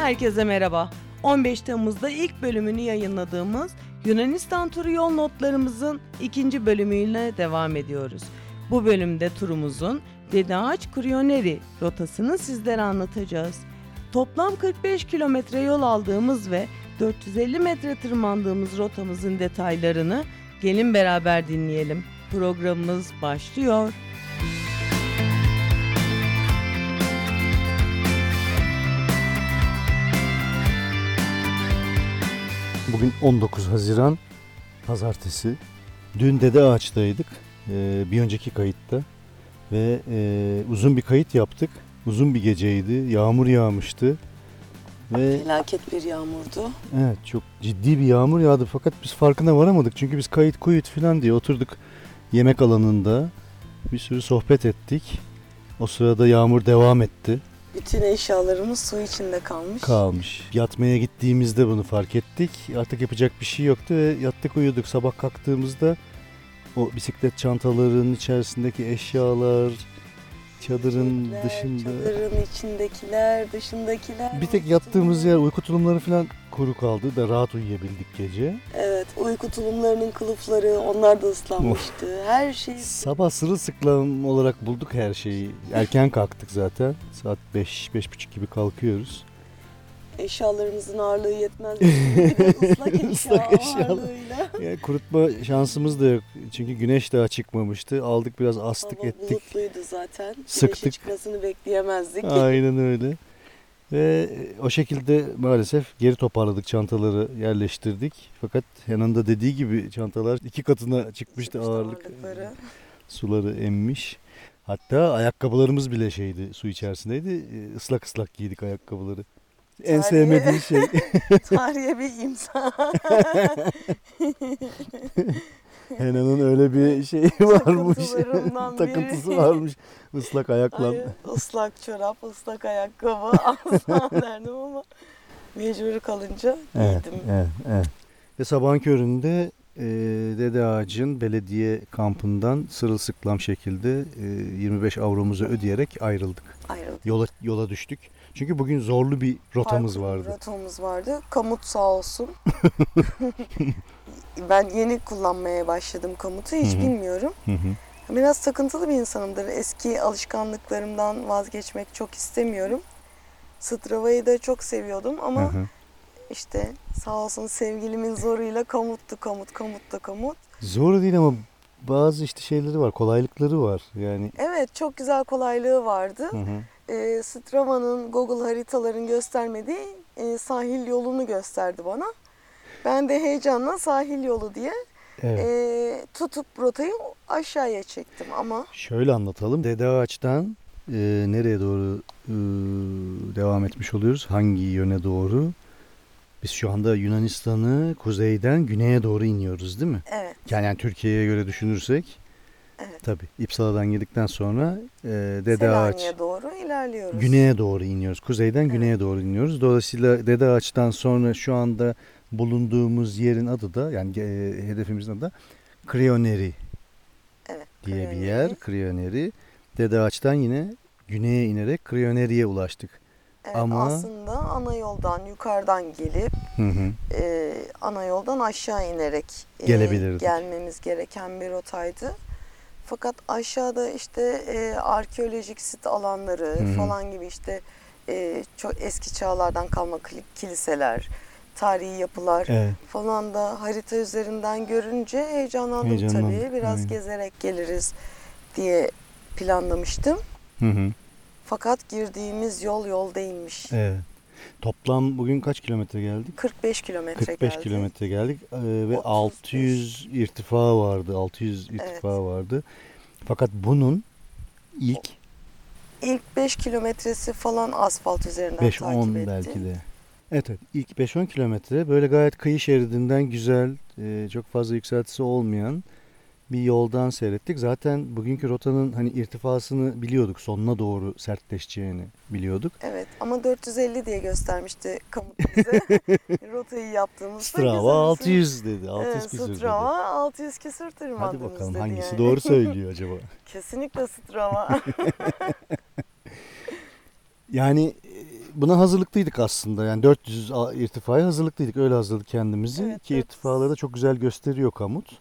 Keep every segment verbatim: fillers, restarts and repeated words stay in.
Herkese merhaba. on beş Temmuz'da ilk bölümünü yayınladığımız Yunanistan turu yol notlarımızın ikinci bölümüyle devam ediyoruz. Bu bölümde turumuzun Dede Ağaç Kriyoneri rotasını sizlere anlatacağız. Toplam kırk beş kilometre yol aldığımız ve dört yüz elli metre tırmandığımız rotamızın detaylarını gelin beraber dinleyelim. Programımız başlıyor. Bugün on dokuz Haziran Pazartesi. Dün Dede Ağaç'taydık ee, bir önceki kayıtta ve e, uzun bir kayıt yaptık. Uzun bir geceydi, yağmur yağmıştı ve Felaket bir yağmurdu. evet çok ciddi bir yağmur yağdı fakat biz farkına varamadık çünkü biz kayıt kuyut falan diye oturduk yemek alanında bir sürü sohbet ettik. O sırada yağmur devam etti. Bütün eşyalarımız su içinde kalmış. Kalmış. Yatmaya gittiğimizde bunu fark ettik. Artık yapacak bir şey yoktu ve yattık uyuduk. Sabah kalktığımızda o bisiklet çantalarının içerisindeki eşyalar, çadırın Çiçekler, dışında. Çadırın içindekiler, dışındakiler. Bir tek yattığımız yer uyku tulumları falan kuru kaldı da rahat uyuyabildik gece. Evet, uyku tulumlarının kılıfları, onlar da ıslanmıştı. Her şey. Sabah sırılsıklam olarak bulduk her şeyi. Erken kalktık zaten. Saat beş, beş buçuk gibi kalkıyoruz. Eşyalarımızın ağırlığı yetmez. Bir de ıslak eşya Islak eşyalar. ağırlığıyla. Yani kurutma şansımız da yok. Çünkü güneş daha çıkmamıştı. Aldık biraz astık Hava ettik. bulutluydu zaten. Sıktık. Güneşin çıkmasını bekleyemezdik. Aynen öyle. Ve o şekilde maalesef geri toparladık, çantaları yerleştirdik. Fakat yanında dediği gibi çantalar iki katına çıkmıştı Çıkmıştı ağırlık. ağırlıkları. Suları emmiş. Hatta ayakkabılarımız bile şeydi, su içerisindeydi. Islak ıslak giydik ayakkabıları. En Tarihe- sevmediği şey. Tarihe bir imza. Hena'nın öyle bir şeyi varmış. Takıntılarından Takıntısı biri. varmış. Islak ayakla. Ay, ıslak çorap, ıslak ayakkabı asla derdim ama mecbur kalınca Evet, giydim. evet, evet. Ve sabahın köründe e, Dede Ağaç'ın belediye kampından sırılsıklam şekilde e, yirmi beş avromuzu ödeyerek ayrıldık. Ayrıldık. Yola yola düştük. Çünkü bugün zorlu bir rotamız Parkur vardı. Rotamız vardı. Kamut sağ olsun. Ben yeni kullanmaya başladım kamutu. Hiç Hı hı. bilmiyorum. Hı hı. Biraz takıntılı bir insanımdır. Eski alışkanlıklarımdan vazgeçmek çok istemiyorum. Strava'yı da çok seviyordum ama Hı hı. işte sağ olsun sevgilimin zoruyla kamuttu kamut kamuttu kamut. Zor değil ama bazı işte şeyleri var, kolaylıkları var. Yani Evet, çok güzel kolaylığı vardı. hı hı. E, Strava'nın, Google haritaların göstermediği e, sahil yolunu gösterdi bana. Ben de heyecanla sahil yolu diye Evet. e, tutup rotayı aşağıya çektim ama Şöyle anlatalım. Dede Ağaç'tan e, nereye doğru e, devam etmiş oluyoruz? Hangi yöne doğru? Biz şu anda Yunanistan'ı kuzeyden güneye doğru iniyoruz değil mi? evet. Yani, yani Türkiye'ye göre düşünürsek Evet. tabii İpsala'dan girdikten sonra e, Dede Ağaç Selanik'e doğru ilerliyoruz. güneye doğru iniyoruz. Kuzeyden Evet. güneye doğru iniyoruz. Dolayısıyla Dede Ağaç'tan sonra şu anda bulunduğumuz yerin adı da yani e, hedefimizin adı da Kriyoneri Evet, diye bir Kriyoneri. yer. Kriyoneri. Dede Ağaç'tan yine güneye inerek Kriyoneri'ye ulaştık. Evet, Ama- aslında ana yoldan yukarıdan gelip Hı hı. e, ana yoldan aşağı inerek e, Gelebilirdik. gelmemiz gereken bir rotaydı. Fakat aşağıda işte e, arkeolojik sit alanları Hı hı. falan gibi işte e, çok eski çağlardan kalma kili- kiliseler, tarihi yapılar Evet. falan da harita üzerinden görünce heyecanlandım Heyecanlandık, tabii. Biraz aynen. gezerek geliriz diye planlamıştım. Hı hı. Fakat girdiğimiz yol yol değilmiş. Evet. Toplam bugün kaç kilometre geldik? kırk beş kilometre kırk beş geldi. kilometre geldik Ee, ve otuz beş. altı yüz irtifa vardı. altı yüz irtifa vardı. Fakat bunun ilk İlk beş kilometresi falan asfalt üzerinden beş takip on etti. belki de. Evet, evet. İlk beş on kilometre böyle gayet kıyı şeridinden güzel, e, çok fazla yükseltisi olmayan bir yoldan seyrettik. Zaten bugünkü rotanın hani irtifasını biliyorduk. Sonuna doğru sertleşeceğini biliyorduk. Evet ama dört yüz elli diye göstermişti kamut bize. Rotayı yaptığımızda. Strava güzel. altı yüz dedi. altı yüz Evet, küsür dedi. Strava altı yüz küsür Hadi tırmandınız bakalım dedi hangisi yani. doğru söylüyor acaba? Kesinlikle Strava. Yani buna hazırlıklıydık aslında. Yani dört yüz a- irtifaya hazırlıklıydık. Öyle hazırladık kendimizi. Evet, Ki dört yüz. irtifaları da çok güzel gösteriyor Kamut.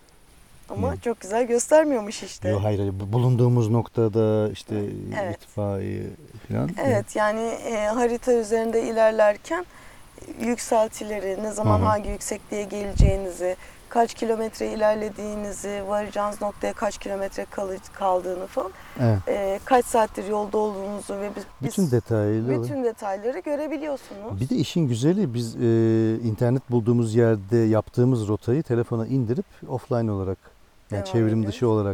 Ama Yani. çok güzel göstermiyormuş işte. Yok hayır, hayır. Bu- bulunduğumuz noktada işte Evet. irtifayı falan. Evet yani e, harita üzerinde ilerlerken yükseltileri, ne zaman Hı hı. hangi yüksekliğe geleceğinizi, kaç kilometre ilerlediğinizi, varacağınız noktaya kaç kilometre kalı- kaldığını falan, Evet. e, kaç saattir yolda olduğunuzu ve biz, biz Bütün detaylı. bütün detayları görebiliyorsunuz. Bir de işin güzeli biz e, internet bulduğumuz yerde yaptığımız rotayı telefona indirip offline olarak, yani Devam çevrim ediyoruz. dışı olarak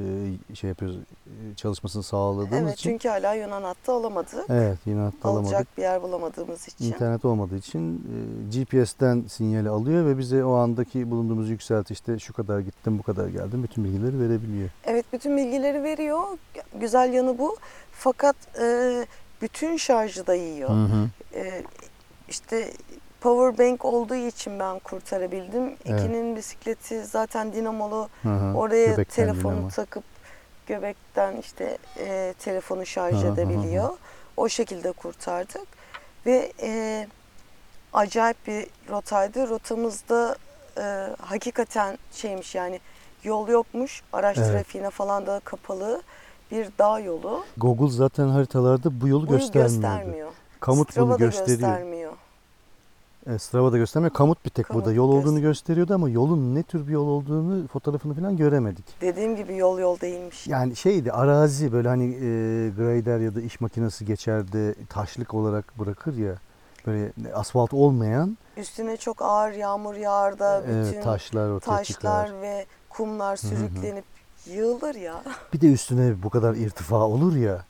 e, şey yapıyoruz, e, çalışmasını sağladığımız Evet için. çünkü hala Yunan hattı alamadık. Evet, yine hatta alamadık. Alacak bir yer bulamadığımız için. İnternet olmadığı için e, G P S'ten sinyali alıyor ve bize o andaki bulunduğumuz yükselti, işte şu kadar gittim, bu kadar geldim, bütün bilgileri verebiliyor. Evet bütün bilgileri veriyor. Güzel yanı bu. Fakat e, bütün şarjı da yiyor. Hı hı. E, işte power bank olduğu için ben kurtarabildim. Evet. Ekinin bisikleti zaten dinamolu. Hı hı. Oraya Göbekten telefonu dinamo. takıp göbekten işte e, telefonu şarj Hı hı hı edebiliyor. O şekilde kurtardık. Ve e, acayip bir rotaydı. Rotamızda e, hakikaten şeymiş yani yol yokmuş. Araç Evet. trafiğine falan da kapalı bir dağ yolu. Google zaten haritalarda bu yolu Bunu göstermiyordu. göstermiyor. Kamut bunu Strava da gösteriyor. göstermiyor. Evet, Strava da göstermiyor. Kamut bir tek Kamut burada yol olduğunu göster- gösteriyordu ama yolun ne tür bir yol olduğunu, fotoğrafını falan göremedik. Dediğim gibi yol yol değilmiş. Yani şeydi, arazi böyle hani e, grader ya da iş makinesi geçer de taşlık olarak bırakır ya, böyle asfalt olmayan Üstüne çok ağır yağmur yağar da bütün evet, taşlar ortaya taşlar çıkar. ve kumlar hı hı. sürüklenip yığılır ya. Bir de üstüne bu kadar irtifa olur ya.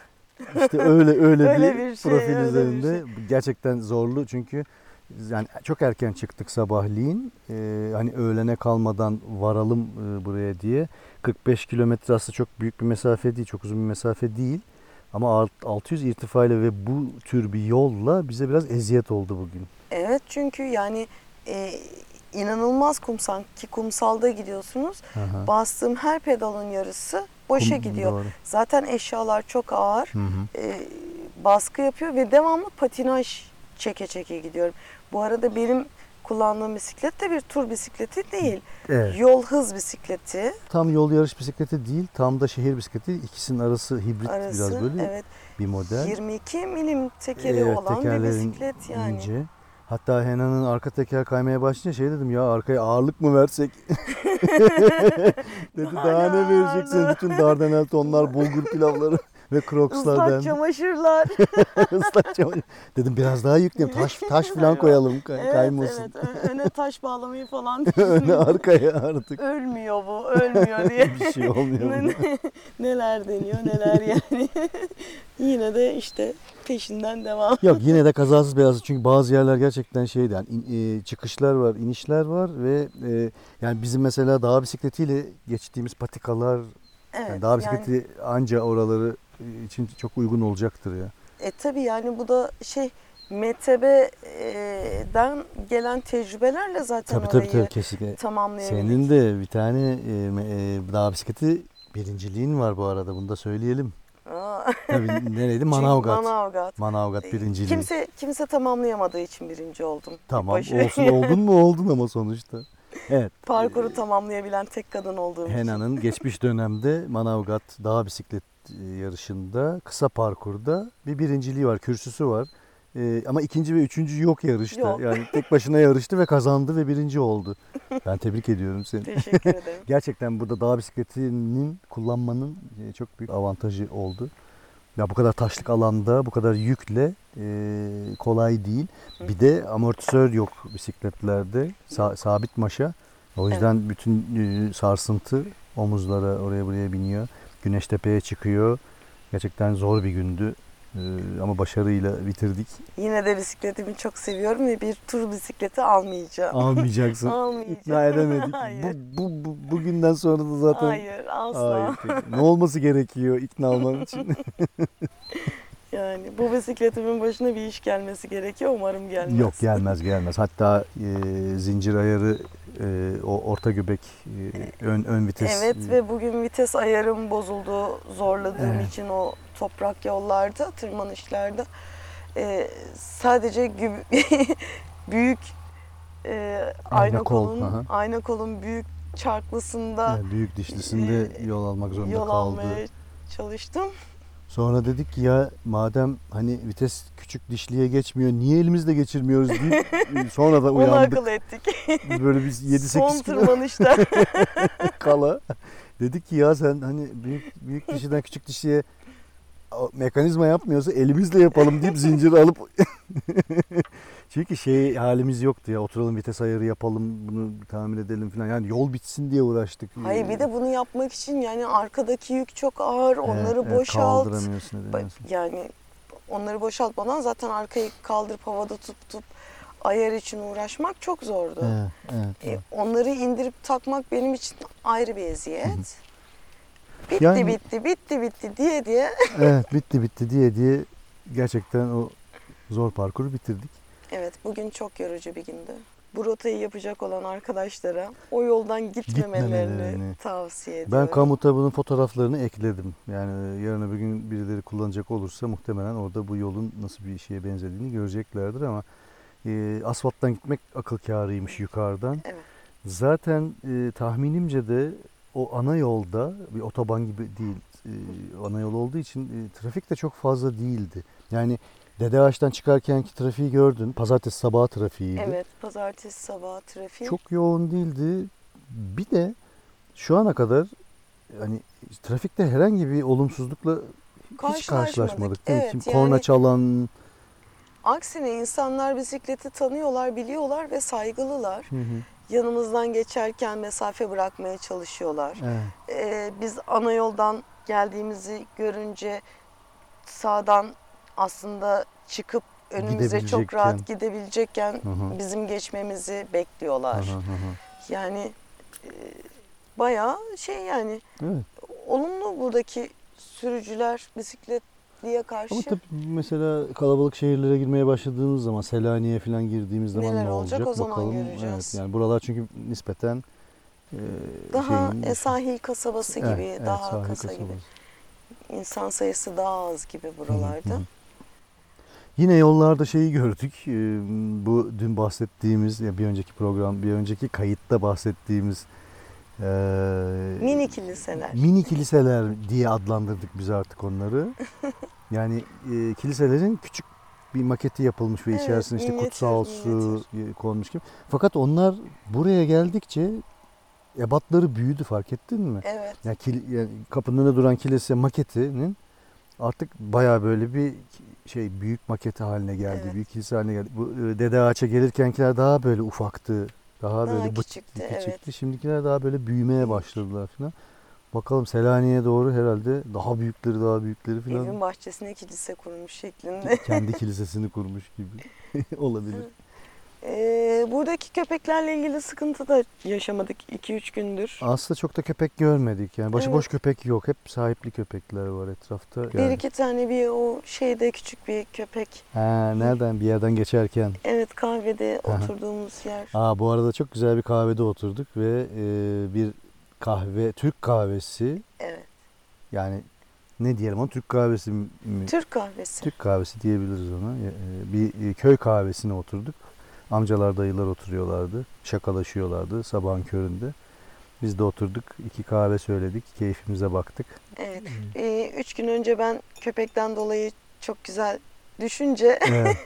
İşte öyle öyle, Öyle bir, bir şey, profil öyle bir üzerinde gerçekten zorlu, çünkü yani çok erken çıktık sabahleyin. Ee, hani öğlene kalmadan varalım e, buraya diye. kırk beş kilometre aslında çok büyük bir mesafe değil, çok uzun bir mesafe değil. Ama alt- altı yüz irtifayla ve bu tür bir yolla bize biraz eziyet oldu bugün. Evet çünkü yani e, inanılmaz kumsal ki kumsalda gidiyorsunuz. Aha. Bastığım her pedalın yarısı boşa Kum- gidiyor. Doğru. Zaten eşyalar çok ağır. Hı hı. e, baskı yapıyor ve devamlı patinaj çeke çeke gidiyorum. Bu arada benim kullandığım bisiklet de bir tur bisikleti değil. Evet. Yol hız bisikleti Tam yol yarış bisikleti değil, tam da şehir bisikleti. İkisinin arası hibrit arası. biraz böyle Evet. bir model. yirmi iki milim tekeri Evet, olan bir tekerlerin bisiklet yani. ince. Hatta Hena'nın arka teker kaymaya başlayınca şey dedim, ya arkaya ağırlık mı versek? Dedi daha ne vereceksin? ağırlığı. Bütün Dardanel tonlar, bulgur pilavları ve Crocs'lar Islak dendi. çamaşırlar. Islak çamaşır. Dedim biraz daha yükleyelim. Taş taş falan koyalım, kay- Evet, kaymasın. evet. Ö- Öne taş bağlamayı falan Öne arkaya artık ölmüyor bu, ölmüyor diye. bir şey olmuyor Ne- buna. ne- neler deniyor, neler yani. Yine de işte peşinden devam. Yok, yine de kazasız belasız, çünkü bazı yerler gerçekten şeydi, yani in- e, çıkışlar var, inişler var ve e, yani bizim mesela dağ bisikletiyle geçtiğimiz patikalar, Evet, yani dağ yani, bisikleti anca oraları için çok uygun olacaktır ya. e tabii yani bu da şey M T B'den gelen tecrübelerle zaten Tabii tabii orayı tabii, kesinlikle. tamamlayabildik. Senin de bir tane e, me- e, dağ bisikleti birinciliğin var bu arada, bunu da söyleyelim. Aa. Tabii nereydi? Çünkü Manavgat. Manavgat. Manavgat birinciliği. Kimse kimse tamamlayamadığı için birinci oldum. Tamam, Başı- olsun, oldun mu oldun ama sonuçta. Evet. Parkuru tamamlayabilen tek kadın olduğum için. Hena'nın geçmiş dönemde Manavgat dağ bisiklet e, yarışında, kısa parkurda bir birinciliği var, kürsüsü var. Ee, ama ikinci ve üçüncü yok yarışta. Yok. Yani tek başına yarıştı ve kazandı ve birinci oldu. Ben tebrik ediyorum seni. Teşekkür ederim. Gerçekten burada dağ bisikletinin kullanmanın e, çok büyük avantajı oldu. Ya bu kadar taşlık alanda bu kadar yükle e, kolay değil. Bir de amortisör yok bisikletlerde. Sa- sabit maşa. O yüzden bütün e, sarsıntı omuzlara, oraya buraya biniyor. Güneş tepeye çıkıyor. Gerçekten zor bir gündü. E, ama başarıyla bitirdik. Yine de bisikletimi çok seviyorum ve bir tur bisikleti almayacağım. Almayacaksın. Almayacağım. İkna edemedik. Hayır. Bu, bu, bu, bugünden sonra da zaten Hayır, asla. Hayır, peki. Ne olması gerekiyor ikna olman için? Yani bu bisikletimin başına bir iş gelmesi gerekiyor. Umarım gelmez. Yok, gelmez gelmez. Hatta e, zincir ayarı, e, o orta göbek, e, ön ön vites. Evet ve bugün vites ayarım bozuldu. Zorladığım Evet. için o toprak yollarda, tırmanışlarda. e, sadece gü- büyük e, Ayna ayna kol, kolun aha. ayna kolun büyük çarklısında Yani büyük dişlisinde e, yol almak zorunda yol kaldı. almaya çalıştım. Sonra dedik ki ya madem hani vites küçük dişliye geçmiyor niye elimizle geçirmiyoruz deyip e, sonra da Onu uyandık. akıl ettik. Böyle biz yedi Son sekiz kilo tırmanışta. kala. Dedik ki ya sen hani büyük büyük dişiden küçük dişiye o mekanizma yapmıyorsa elimizle yapalım deyip zinciri alıp çünkü şey halimiz yoktu ya oturalım vites ayarı yapalım bunu tamir edelim falan yani yol bitsin diye uğraştık. Hayır bir de bunu yapmak için yani arkadaki yük çok ağır, onları Evet, evet, boşalt. kaldıramıyorsun edemiyorsun. Yani onları boşaltmadan zaten arkayı kaldırıp havada tutup ayar için uğraşmak çok zordu. Evet, evet, E, evet. onları indirip takmak benim için ayrı bir eziyet. Bitti Yani- bitti bitti bitti diye diye. Evet bitti bitti diye diye gerçekten o zor parkuru bitirdik. Evet bugün çok yorucu bir gündü. Bu rotayı yapacak olan arkadaşlara o yoldan gitmemelerini Gitmemelerini. tavsiye ediyorum. Ben kamuta bunun fotoğraflarını ekledim. Yani yarın öbür gün birileri kullanacak olursa muhtemelen orada bu yolun nasıl bir şeye benzediğini göreceklerdir ama e, asfalttan gitmek akıl kârıymış yukarıdan. Evet. Zaten e, tahminimce de o ana yolda bir otoban gibi değil. E, ana yol olduğu için e, trafik de çok fazla değildi. Yani Dede Ağaç'tan çıkarkenki trafiği gördün. Pazartesi sabahı trafiğiydi. Evet, pazartesi sabahı trafiği. Çok yoğun değildi. Bir de şu ana kadar hani trafikte herhangi bir olumsuzlukla hiç karşılaşmadık. Değil mi? Evet, Kim yani korna çalan. aksine insanlar bisikleti tanıyorlar, biliyorlar ve saygılılar. Hı hı. Yanımızdan geçerken mesafe bırakmaya çalışıyorlar. Evet. Ee, biz ana yoldan geldiğimizi görünce sağdan aslında çıkıp önümüze çok Gidebilecekken. rahat gidebilecekken Hı hı. bizim geçmemizi bekliyorlar. Hı hı hı. Yani e, bayağı şey yani Evet. olumlu buradaki sürücüler bisikletliye karşı. Ama tabii mesela kalabalık şehirlere girmeye başladığımız zaman Selanik'e falan girdiğimiz zaman Neler ne olacak olacak, o zaman bakalım. göreceğiz. Evet, yani buralar çünkü nispeten e, Daha şeyin e, sahil kasabası gibi, Evet, evet, daha sahil kasa gibi. kasabası. İnsan sayısı daha az gibi buralarda. Hı hı hı. Yine yollarda şeyi gördük. e, Bu dün bahsettiğimiz, ya bir önceki program, bir önceki kayıtta bahsettiğimiz e, Mini kiliseler. mini kiliseler diye adlandırdık biz artık onları. Yani e, kiliselerin küçük bir maketi yapılmış ve Evet, içerisine işte minyatür, kutsal su minyatür. e, konmuş gibi. Fakat onlar buraya geldikçe ebatları büyüdü, fark ettin mi? Evet. Yani, kil- yani kapının önünde duran kilise maketinin artık bayağı böyle bir şey büyük maketi haline geldi. Evet. Büyük kilise haline geldi. Bu e, Dede Ağaç'a gelirkenkiler daha böyle ufaktı. Daha, Daha böyle bıt- küçüktü, küçüktü. evet. Şimdikiler daha böyle büyümeye Büyük. başladılar falan. Bakalım Selanik'e doğru herhalde daha büyükleri daha büyükleri Evin falan bahçesine kilise kurmuş şeklinde. kendi kilisesini kurmuş gibi olabilir. Ee, buradaki köpeklerle ilgili sıkıntı da yaşamadık iki üç gündür. Aslında çok da köpek görmedik. Yani başıboş Evet. köpek yok. Hep sahipli köpekler var etrafta. Bir Yani, iki tane bir o şeyde küçük bir köpek. ha, nereden bir yerden geçerken. Evet, kahvede Aha. oturduğumuz yer. Aa, bu arada çok güzel bir kahvede oturduk ve e, bir kahve, Türk kahvesi, Evet. yani ne diyelim ona, Türk kahvesi mi? Türk kahvesi. Türk kahvesi diyebiliriz ona. E, Bir e, köy kahvesine oturduk. Amcalar, dayılar oturuyorlardı. Şakalaşıyorlardı sabahın köründe. Biz de oturduk. iki kahve söyledik. Keyfimize baktık. Evet. Ee, üç gün önce ben köpekten dolayı çok güzel düşünce, Evet.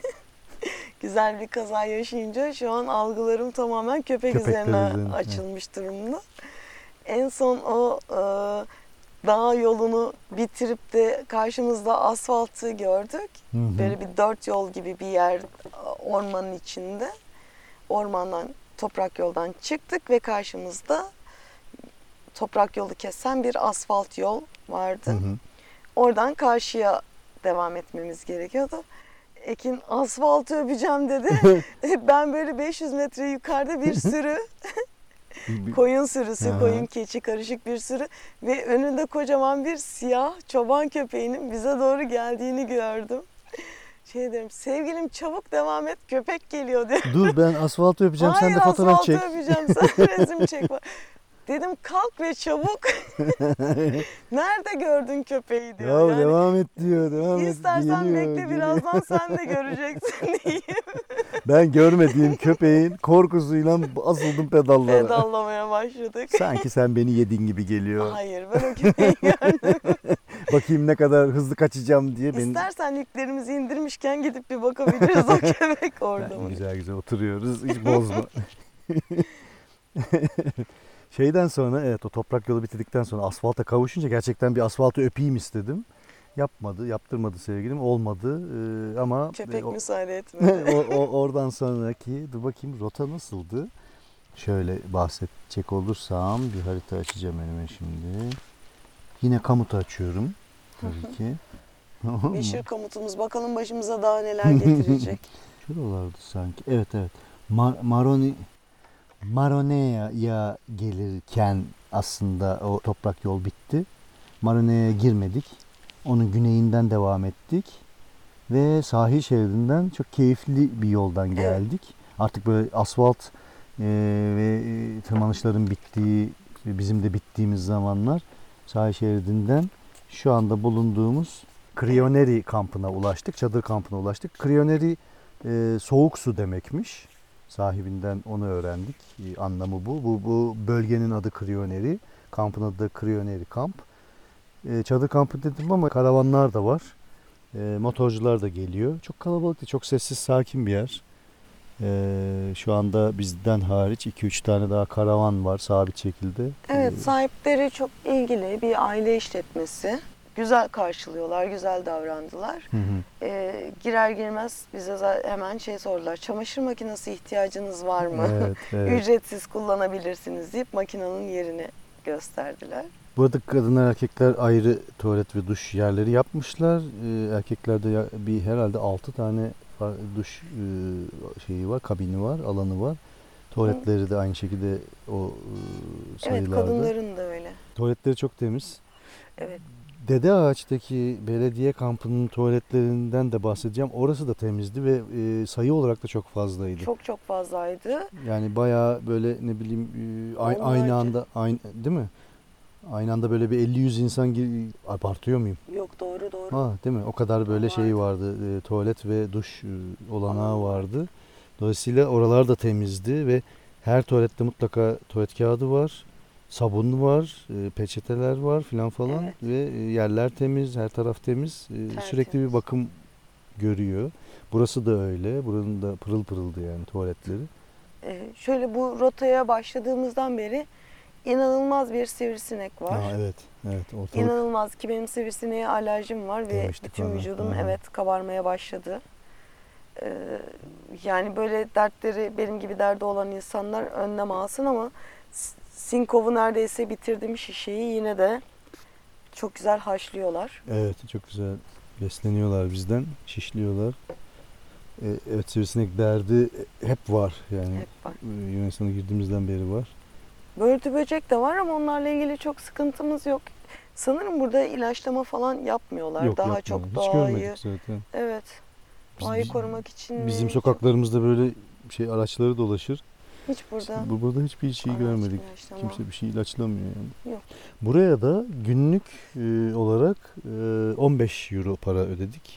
güzel bir kaza yaşayınca şu an algılarım tamamen köpek Köpekler üzerine üzerine, açılmış durumda. En son o e, dağ yolunu bitirip de karşımızda asfaltı gördük. Hı hı. Böyle bir dört yol gibi bir yer ormanın içinde. Ormandan, toprak yoldan çıktık ve karşımızda toprak yolu kesen bir asfalt yol vardı. Hı hı. Oradan karşıya devam etmemiz gerekiyordu. Ekin asfaltı öpeceğim dedi. Ben böyle beş yüz metre yukarıda bir sürü Bir- bir- koyun sürüsü, Aha. koyun keçi karışık bir sürü ve önünde kocaman bir siyah çoban köpeğinin bize doğru geldiğini gördüm. Şey dedim, sevgilim çabuk devam et, köpek geliyor diyor. Dur ben asfaltı öpeceğim, sen Hayır, de fotoğraf çek. asfaltı öpeceğim, sen resim çek. Dedim kalk ve çabuk. Nerede gördün köpeği diyor. Ya Yani, devam et diyor. Devam et. İstersen Geliyor, bekle geliyor. birazdan sen de göreceksin diyeyim. Ben görmediğim köpeğin korkusuyla asıldım pedallara. Pedallamaya başladık. Sanki sen beni yedin gibi geliyor. Hayır ben o köpeği gördüm. Bakayım ne kadar hızlı kaçacağım diye. Beni... İstersen yüklerimizi indirmişken gidip bir bakabiliriz o köpek orada Ben mı? güzel güzel oturuyoruz. Hiç bozma. Şeyden sonra evet o toprak yolu bitirdikten sonra asfalta kavuşunca gerçekten bir asfaltı öpeyim istedim. Yapmadı, yaptırmadı sevgilim. Olmadı ee, ama Köpek o, müsaade etmedi. o, o, oradan sonraki dur bakayım rota nasıldı? Şöyle bahsedecek olursam bir harita açacağım önüme şimdi. Yine kamutu açıyorum tabii ki. Tamam mı? Meşhur komutumuz bakalım başımıza daha neler getirecek. Şuralardı sanki. Evet evet. Mar Maroni Maronea'ya gelirken aslında o toprak yol bitti. Maronea'ya girmedik. Onun güneyinden devam ettik. Ve sahil şeridinden çok keyifli bir yoldan geldik. Evet. Artık böyle asfalt e, ve tırmanışların bittiği, bizim de bittiğimiz zamanlar sahil şeridinden şu anda bulunduğumuz Crioneri kampına ulaştık. Çadır kampına ulaştık. Crioneri e, soğuk su demekmiş. Sahibinden onu öğrendik. E, anlamı bu. Bu bu bölgenin adı Crioneri. Kampın adı da Crioneri kamp. E, çadır kampı dedim ama karavanlar da var. E, motorcular da geliyor. Çok kalabalık, çok sessiz, sakin bir yer. E, şu anda bizden hariç iki üç tane daha karavan var sabit şekilde. Evet, E, sahipleri çok ilgili bir aile işletmesi. Güzel karşılıyorlar, güzel davrandılar. Hı hı. E, girer girmez bize hemen şey sordular. Çamaşır makinesi ihtiyacınız var mı? Evet, evet. Ücretsiz kullanabilirsiniz deyip makinenin yerini gösterdiler. Burada kadınlar erkekler ayrı tuvalet ve duş yerleri yapmışlar. Ee, erkeklerde ya- bir herhalde altı tane fa- duş e, şeyi var, kabini var, alanı var. Tuvaletleri de aynı şekilde o e, sayılarda. Evet, kadınların da öyle. Tuvaletleri çok temiz. Evet. Dede Ağaç'taki belediye kampının tuvaletlerinden de bahsedeceğim. Orası da temizdi ve e, sayı olarak da çok fazlaydı. Çok çok fazlaydı. Yani bayağı böyle ne bileyim e, ay- Onlarca. aynı anda aynı değil mi? Aynı anda böyle bir elli yüz insan gir- abartıyor muyum? Yok doğru doğru. Ha, değil mi? O kadar böyle Vardı. şey vardı. E, tuvalet ve duş e, olanağı vardı. Dolayısıyla oralar da temizdi ve her tuvalette mutlaka tuvalet kağıdı var. Sabun var, e, peçeteler var filan falan Evet. ve e, yerler temiz, her taraf temiz. E, Tertemiz. sürekli bir bakım görüyor. Burası da öyle. Buranın da pırıl pırıldı yani tuvaletleri. Ee, şöyle bu rotaya başladığımızdan beri inanılmaz bir sivrisinek var. Ha, evet, evet. Ortalık İnanılmaz ki benim sivrisineğe alerjim var ve Demiştik bütün bana. vücudum Hı hı. evet kabarmaya başladı. Ee, yani böyle dertleri benim gibi derdi olan insanlar önlem alsın ama S- Sinkov'u neredeyse bitirdim şişeyi yine de çok güzel haşlıyorlar. evet, çok güzel besleniyorlar bizden, şişliyorlar. E, evet, sivrisinek derdi hep var yani. Hep var. E, Yunanistan'a girdiğimizden beri var. Börtü böcek de var ama onlarla ilgili çok sıkıntımız yok. Sanırım burada ilaçlama falan yapmıyorlar. Yok, Daha yapmıyorlar. çok Hiç doğayı. görmedik zaten. Evet. Biz- Doğayı biz- korumak için Bizim mi? sokaklarımızda böyle şey araçları dolaşır. Hiç burada. Bu burada hiçbir şey araç görmedik. ilaçlama. Kimse bir şey ilaçlamıyor yani. Yok. Buraya da günlük e, olarak e, on beş euro para ödedik.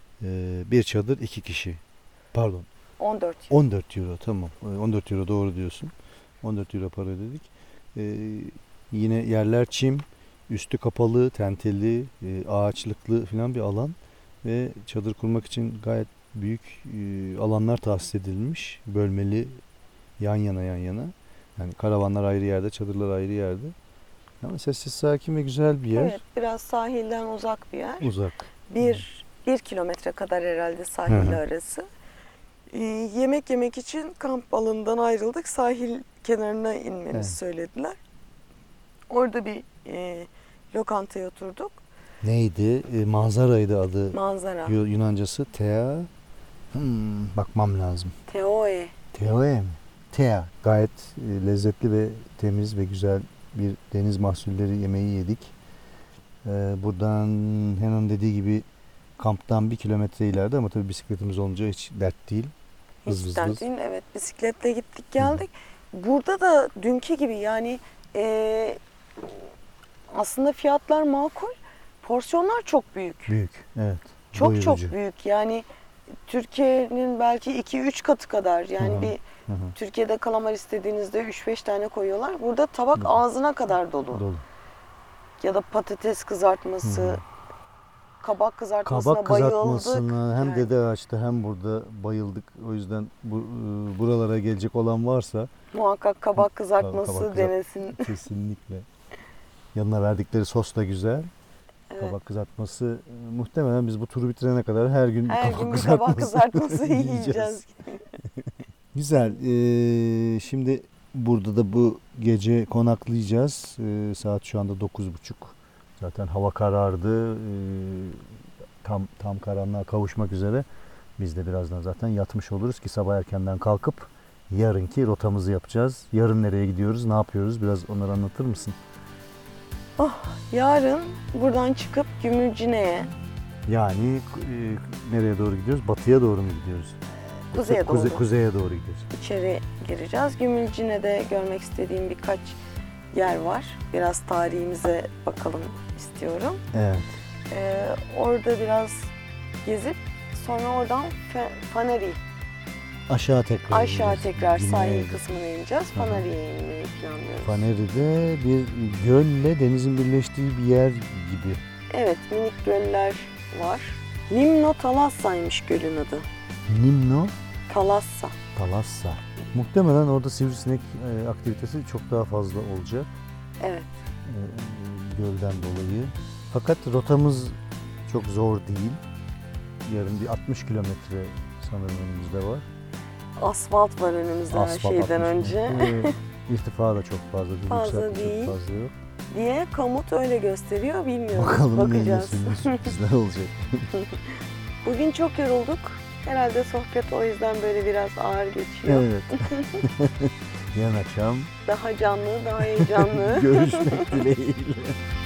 E, bir çadır iki kişi. Pardon. on dört yıl. on dört euro tamam. E, on dört euro doğru diyorsun. on dört euro para ödedik. E, yine yerler çim, üstü kapalı, tenteli, e, ağaçlıklı falan bir alan ve çadır kurmak için gayet büyük e, alanlar tahsis edilmiş. Bölmeli, yan yana yan yana. Yani karavanlar ayrı yerde, çadırlar ayrı yerde. Ama sessiz, sakin ve güzel bir yer. Evet, biraz sahilden uzak bir yer. Uzak. Bir, bir kilometre kadar herhalde Hı sahille hı. arası. Ee, yemek yemek için kamp alanından ayrıldık. Sahil kenarına inmemizi Evet. söylediler. Orada bir e, lokantaya oturduk. Neydi? E, manzaraydı adı. Manzara. Yu- Yunancası Tea. Hmm, bakmam lazım. Teoe. Teoe mi? Tea. Gayet e, lezzetli ve temiz ve güzel bir deniz mahsulleri yemeği yedik. E, buradan Henan dediği gibi kamptan bir kilometre ileride ama tabii bisikletimiz olunca hiç dert değil. Hız Hiç hız dert hız. değil. Evet, bisikletle gittik geldik. Burada da dünkü gibi yani Ee, aslında fiyatlar makul. Porsiyonlar çok büyük. Büyük, evet. Çok Doyurucu. çok büyük. Yani Türkiye'nin belki iki üç katı kadar. Yani Hı hı, bir hı hı. Türkiye'de kalamar istediğinizde üç beş tane koyuyorlar. Burada tabak Hı. ağzına kadar dolu. Dolu. Ya da patates kızartması, Hı hı. kabak kızartmasına Kabak bayıldık. kızartmasına hem Yani Dede Ağaç'ta hem burada bayıldık. O yüzden bu e, buralara gelecek olan varsa muhakkak kabak kızartması kabak kızart- denesin. kesinlikle. Yanına verdikleri sos da güzel. Evet. Kabak kızartması e, muhtemelen biz bu turu bitirene kadar her gün Her kabak gün bir kızartması, kabak kızartması yiyeceğiz. Güzel. Ee, şimdi burada da bu gece konaklayacağız. Ee, saat şu anda dokuz buçuk. Zaten hava karardı. Ee, tam tam karanlığa kavuşmak üzere. Biz de birazdan zaten yatmış oluruz ki sabah erkenden kalkıp yarınki rotamızı yapacağız. Yarın nereye gidiyoruz, ne yapıyoruz? Biraz onları anlatır mısın? Yarın buradan çıkıp Gümülcine'ye, Yani e, nereye doğru gidiyoruz? Batıya doğru mu gidiyoruz? Kuzeye Yoksa kuze- doğru. kuzeye doğru gidiyoruz. içeri gireceğiz. Gümülcine'de görmek istediğim birkaç yer var. Biraz tarihimize bakalım istiyorum. Evet. Ee, orada biraz gezip sonra oradan Fe- Fanari, Aşağı tekrar aşağı ineceğiz. tekrar Güneye sahil doğru. kısmına ineceğiz. Hı hı. Fanari'ye inmeyi planlıyoruz. Faneri'de bir gölle denizin birleştiği bir yer gibi. Evet, minik göller var. Limno Talassa'ymış gölün adı. Nimno Talassa. Talassa. Muhtemelen orada sivrisinek e, aktivitesi çok daha fazla olacak Evet. e, gölden dolayı. Fakat rotamız çok zor değil. Yarın bir altmış kilometre sanırım önümüzde var. Asfalt var önümüzde her Asfalt şeyden altmış önce. metre. İrtifa da çok fazla değil. Fazla yükseltme çok değil. fazla yok. diye Kamut öyle gösteriyor. Bilmiyoruz. Bakalım ne Bakacağız. ne sürprizler olacak. Bugün çok yorulduk. Herhalde sohbet o yüzden böyle biraz ağır geçiyor. Evet. Yarın akşam Daha canlı, daha heyecanlı. görüşmek dileğiyle.